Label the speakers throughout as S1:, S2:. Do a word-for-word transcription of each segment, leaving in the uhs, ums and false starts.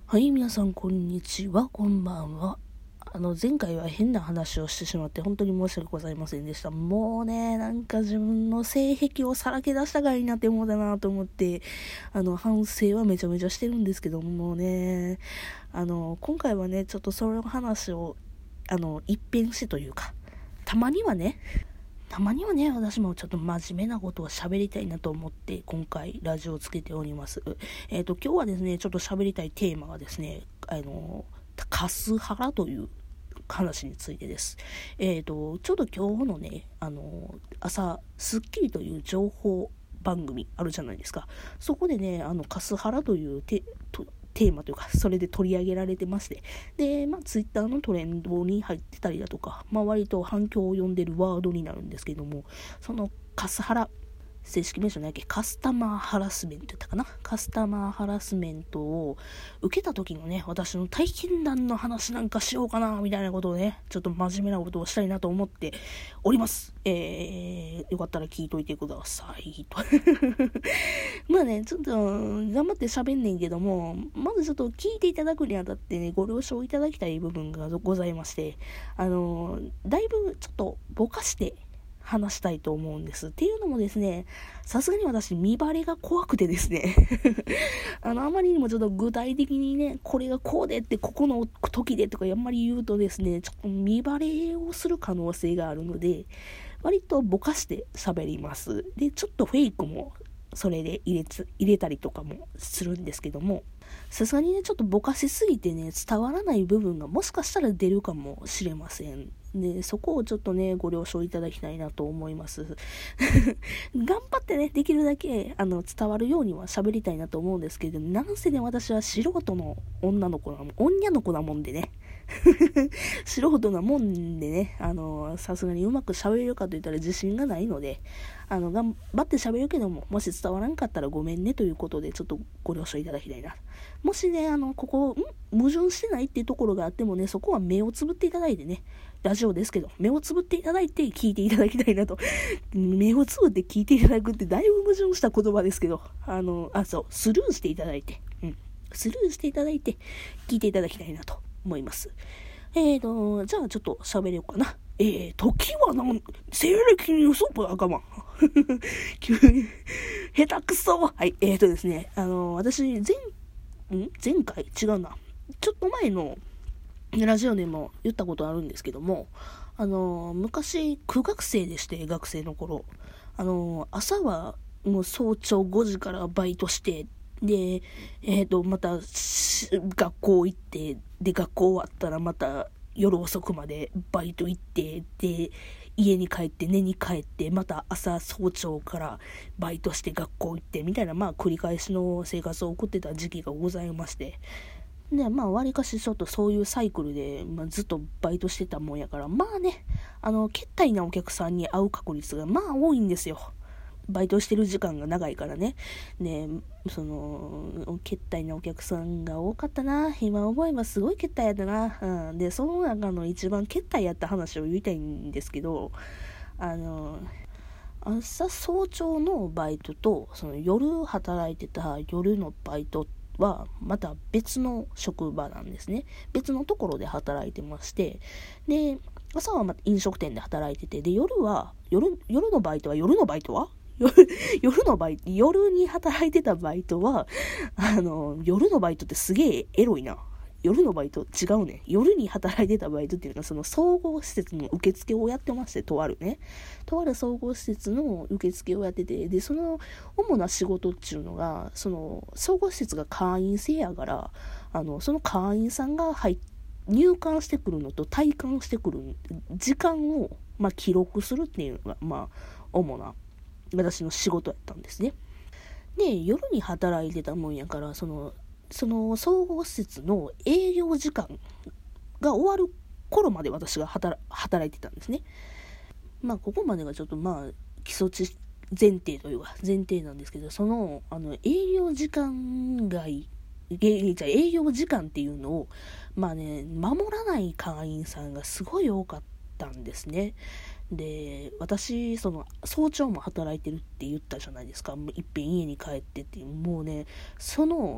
S1: はい、皆さんこんにちは、こんばんは。あの前回は変な話をしてしまって本当に申し訳ございませんでした。もうね、なんか自分の性癖をさらけ出したがいいなって思うだなと思って、あの反省はめちゃめちゃしてるんですけどもね、あの今回はね、ちょっとその話をあの一変してというか、たまにはね、たまにはね、私もちょっと真面目なことを喋りたいなと思って今回ラジオをつけております。えっと今日はですね、ちょっと喋りたいテーマがですね、あのカスハラという話についてです。えっとちょうど今日のね、あの朝スッキリという情報番組あるじゃないですか。そこでね、あのカスハラというテとテーマというか、それで取り上げられてまして、で、まあ、ツイッターのトレンドに入ってたりだとか、まあ、割と反響を呼んでるワードになるんですけども、そのカスハラ、正式名称ないっけ、カスタマーハラスメントやったかな、カスタマーハラスメントを受けた時のね、私の体験談の話なんかしようかなみたいなことをね、ちょっと真面目なことをしたいなと思っております。えー、よかったら聞いといてくださいとまあね、ちょっと頑張って喋んねんけども、まずちょっと聞いていただくにあたってね、ご了承いただきたい部分がございまして、あのだいぶちょっとぼかして話したいと思うんです。っていうのもですね、さすがに私見バレが怖くてですねあのあまりにもちょっと具体的にね、これがこうでってここの時でとかあんまり言うとですね、ちょっと見バレをする可能性があるので、割とぼかして喋ります。でちょっとフェイクもそれで入れつ入れたりとかもするんですけども、さすがにね、ちょっとぼかしすぎてね、伝わらない部分がもしかしたら出るかもしれません。で、そこをちょっとね、ご了承いただきたいなと思います。頑張ってね、できるだけあの伝わるようには喋りたいなと思うんですけど、なんせね、私は素人の女の子なもん、女の子なもんでね、素人なもんでね、あのさすがにうまく喋れるかといったら自信がないので、あの頑張って喋るけども、もし伝わらんかったらごめんねということで、ちょっとご了承いただきたいな。もしね、あのここん矛盾してないっていうところがあってもね、そこは目をつぶっていただいてね、ラジオですけど目をつぶっていただいて聞いていただきたいなと目をつぶって聞いていただくってだいぶ矛盾した言葉ですけど、あのあそうスルーしていただいて、うん、スルーしていただいて聞いていただきたいなと思います。えーと、じゃあちょっと喋れようかな。えー、時はなん、西暦に嘘ば赤まん。急に、下手くそ。はい、えーとですね、あの、私、前、ん前回違うな。ちょっと前のラジオでも言ったことあるんですけども、あの、昔、苦学生でして、学生の頃。あの、朝は、もう早朝ごじからバイトして、で、えっと、また、学校行って、で、学校終わったらまた夜遅くまでバイト行って、で、家に帰って寝に帰って、また朝早朝からバイトして学校行って、みたいな、まあ、繰り返しの生活を送ってた時期がございまして、で、まあ、わりかしちょっとそういうサイクルで、まあ、ずっとバイトしてたもんやから、まあね、あの、けったいなお客さんに会う確率が、まあ、多いんですよ。バイトしてる時間が長いからね。ね、その、けったいなお客さんが多かったな。今思えばすごいけったいやったな。うん。で、その中の一番けったいやった話を言いたいんですけど、あの、朝早朝のバイトと、その夜働いてた夜のバイトは、また別の職場なんですね。別のところで働いてまして、で、朝はま飲食店で働いてて、で、夜は、夜、夜のバイトは、夜のバイトは夜夜のバイト、夜に働いてたバイトは、あの、夜のバイトってすげえエロいな。夜のバイト違うね。夜に働いてたバイトっていうのは、その総合施設の受付をやってまして、とあるね。とある総合施設の受付をやってて、で、その主な仕事っていうのが、その総合施設が会員制やから、あの、その会員さんが入入館してくるのと退館してくる時間を、まあ、記録するっていうのが、まあ、主な私の仕事やったんですね。で、夜に働いてたもんやから、その、その総合施設の営業時間が終わる頃まで私が働、働いてたんですね。まあ、ここまでがちょっとまあ、基礎知前提というか、前提なんですけど、その、あの、営業時間外、営営業時間っていうのを、まあね、守らない会員さんがすごい多かったんですね。で、私、その、早朝も働いてるって言ったじゃないですか。いっぺん家に帰ってって、もうね、その、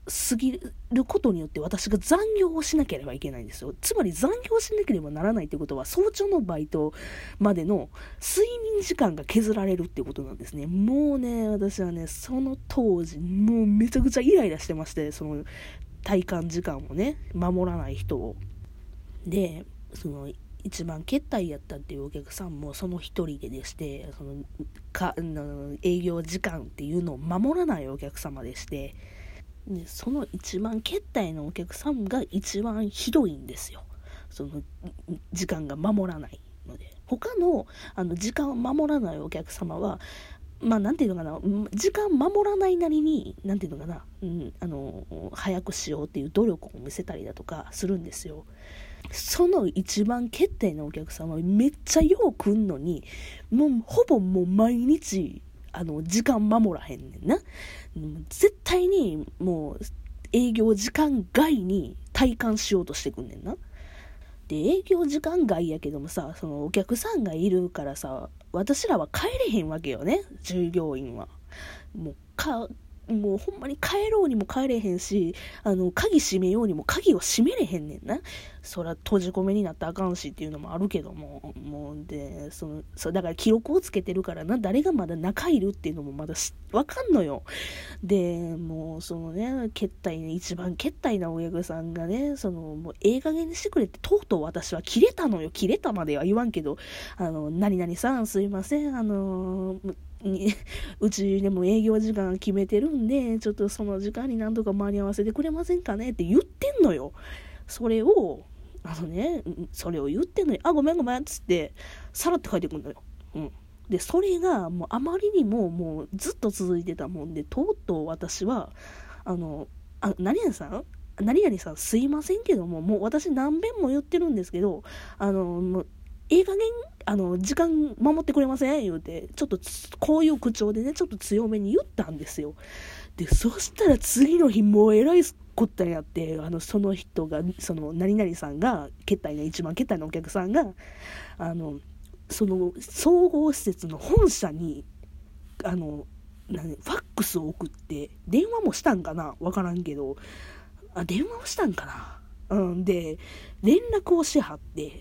S1: 過ぎることによって私が残業をしなければいけないんですよ。つまり残業しなければならないってことは、早朝のバイトまでの睡眠時間が削られるってことなんですね。もうね、私はね、その当時もうめちゃくちゃイライラしてまして、その体感時間をね守らない人を。で、その一番決体やったっていうお客さんもその一人ででして、そのか営業時間っていうのを守らないお客様でして、でその一番決体のお客さんが一番ひどいんですよ。その時間が守らないので、他のあの時間を守らないお客様はまあなんていうのかな、時間守らないなりになんていうのかな、うん、あの早くしようっていう努力を見せたりだとかするんですよ。その一番決定のお客様めっちゃよう来んのに、もうほぼもう毎日あの時間守らへんねんな。絶対にもう営業時間外に体感しようとしてくんねんな。で営業時間外やけどもさ、そのお客さんがいるからさ、私らは帰れへんわけよね、従業員は。もうかもうほんまに帰ろうにも帰れへんし、あの鍵閉めようにも鍵を閉めれへんねんな。そら閉じ込めになったらあかんしっていうのもあるけども、もうでそのそうだから記録をつけてるからな、誰がまだ中いるっていうのもまだわかんのよ。でもうそのね、決体ね、一番決体なお客さんがね、そのもうええ加減にしてくれって、とうとう私は切れたのよ。切れたまでは言わんけど、あの何々さんすいません、あのにうちでも営業時間決めてるんで、ちょっとその時間に何とか間に合わせてくれませんかねって言ってんのよ。それをあのねそれを言ってんのに、あごめんごめんっつってさらって帰ってくるのよ。うんでそれがもうあまりにももうずっと続いてたもんで、とうとう私はあのあ何々さん何々さんすいませんけども、もう私何遍も言ってるんですけど、あのもうええ加減あの時間守ってくれません言うて、ちょっとこういう口調でねちょっと強めに言ったんですよ。でそしたら次の日もうえらいこったんやって、あのその人がその何々さんが決体の一番決体のお客さんがあのその総合施設の本社にあのなファックスを送って電話もしたんかなわからんけど、あ電話をしたんかな、うんで連絡をしはって、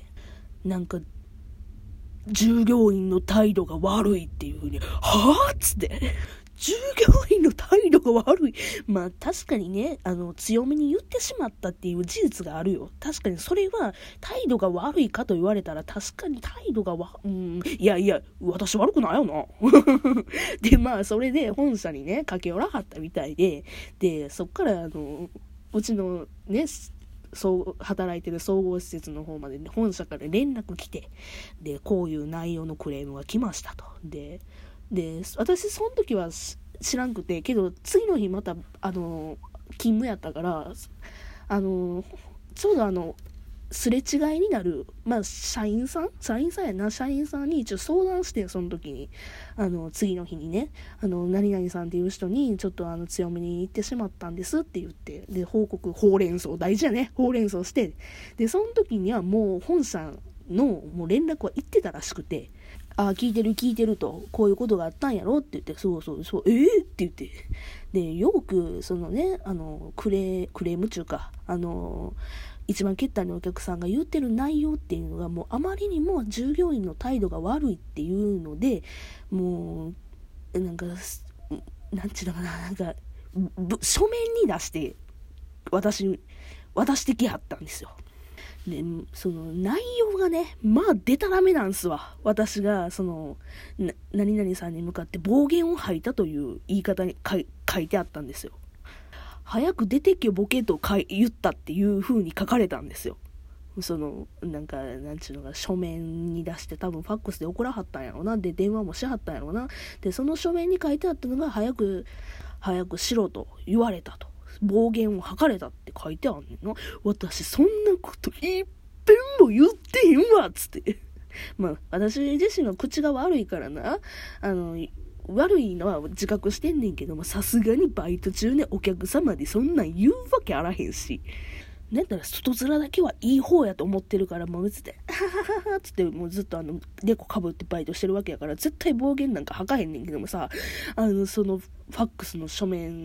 S1: なんか従業員の態度が悪いっていう風に、はぁっつって従業員の態度が悪い。まあ確かにね、あの強めに言ってしまったっていう事実があるよ。確かにそれは態度が悪いかと言われたら、確かに態度がわ、うん、いやいや私悪くないよな。でまあそれで本社にね駆け寄らはったみたいで、でそっからあのうちのねそう働いてる総合施設の方まで、ね、本社から連絡来て、でこういう内容のクレームが来ましたと。でで私その時は知らんくて、けど次の日またあの勤務やったから、あのちょうどあのすれ違いになる、まあ社員さん社員さんやな社員さんに一応相談して、その時にあの次の日にね、あの何々さんっていう人にちょっとあの強めに言ってしまったんですって言って、で報告ほうれん草大事やね、ほうれん草して、でその時にはもう本社のもう連絡は行ってたらしくて、あ聞いてる聞いてると、こういうことがあったんやろって言って、そうそうそう、えー、って言って、でよくそのねあのクレクレーム中かあの一番決体のお客さんが言ってる内容っていうのがもうあまりにも従業員の態度が悪いっていうので、もうなんかなんちゅうのかな、なんか書面に出して私渡してきはったんですよ。でその内容がねまあデタラメなんすわ。私がそのな何々さんに向かって暴言を吐いたという言い方にかい書いてあったんですよ。早く出てけボケとかい言ったっていう風に書かれたんですよ。そのなんかなんちゅうのか書面に出して、多分ファックスで送らはったんやろな、で電話もしはったんやろな、でその書面に書いてあったのが早く早くしろと言われたと、暴言を吐かれたって書いてあんねんな。私そんなこと一遍も言ってへんわっつってまあ私自身は口が悪いからな、あの悪いのは自覚してんねんけども、さすがにバイト中ねお客様でそんなん言うわけあらへんし、なんだら外面だけはいい方やと思ってるから、もう別でハハハハっつってもうずっとあのデコかぶってバイトしてるわけやから、絶対暴言なんか吐かへんねんけどもさ、あのそのファックスの書面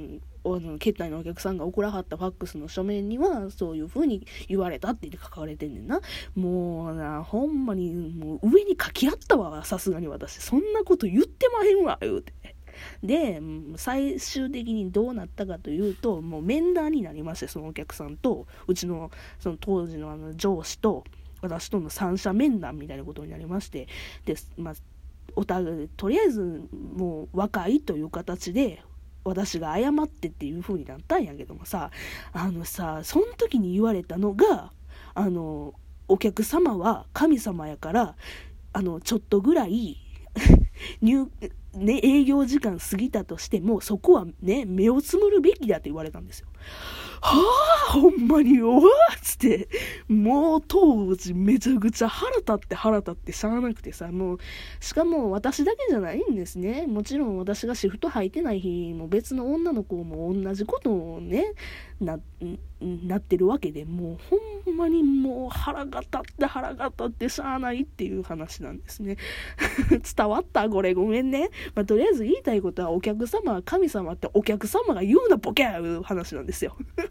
S1: あの決済のお客さんが送らはったファックスの書面にはそういう風に言われたって書かれてんねんな。もうな、ほんまにもう上に書き合ったわ、さすがに私そんなこと言ってまへんわ言うて。で最終的にどうなったかというと、もう面談になりまして、そのお客さんとうちのその当時のあの上司と私との三者面談みたいなことになりまして、で、まあ、お互いとりあえずもう和解という形で私が謝ってっていう風になったんやけどもさ、あのさ、その時に言われたのが、あのお客様は神様やから、あのちょっとぐらい入ね、営業時間過ぎたとしてもそこはね目をつむるべきだと言われたんですよ。はあ、ほんまにおわっつって、もう当時めちゃくちゃ腹立って腹立ってしゃあなくてさ、もうしかも私だけじゃないんですね。もちろん私がシフト入ってない日も別の女の子も同じことをね な, なってるわけで、もうほんまにもう腹が立って腹が立ってしゃあないっていう話なんですね。伝わった？これごめんね。まあ、とりあえず言いたいことは、お客様は神様ってお客様が言うなボケーいう話なんですよ。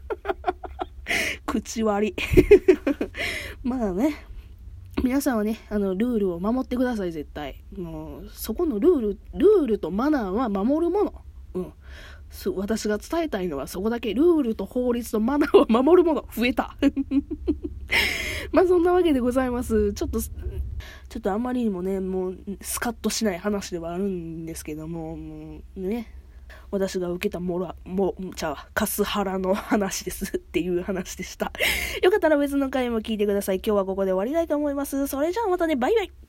S1: 口割り。まあね、皆さんはね、あのルールを守ってください、絶対。もうそこのルールルールとマナーは守るもの。うん、私が伝えたいのはそこだけ。ルールと法律とマナーは守るもの。増えた。まあそんなわけでございます。ちょっとちょっとあまりにもね、もうスカッとしない話ではあるんですけども、もうね、私が受けたモラもちゃあカスハラの話ですっていう話でした。よかったら別の回も聞いてください。今日はここで終わりたいと思います。それじゃあまたね、バイバイ。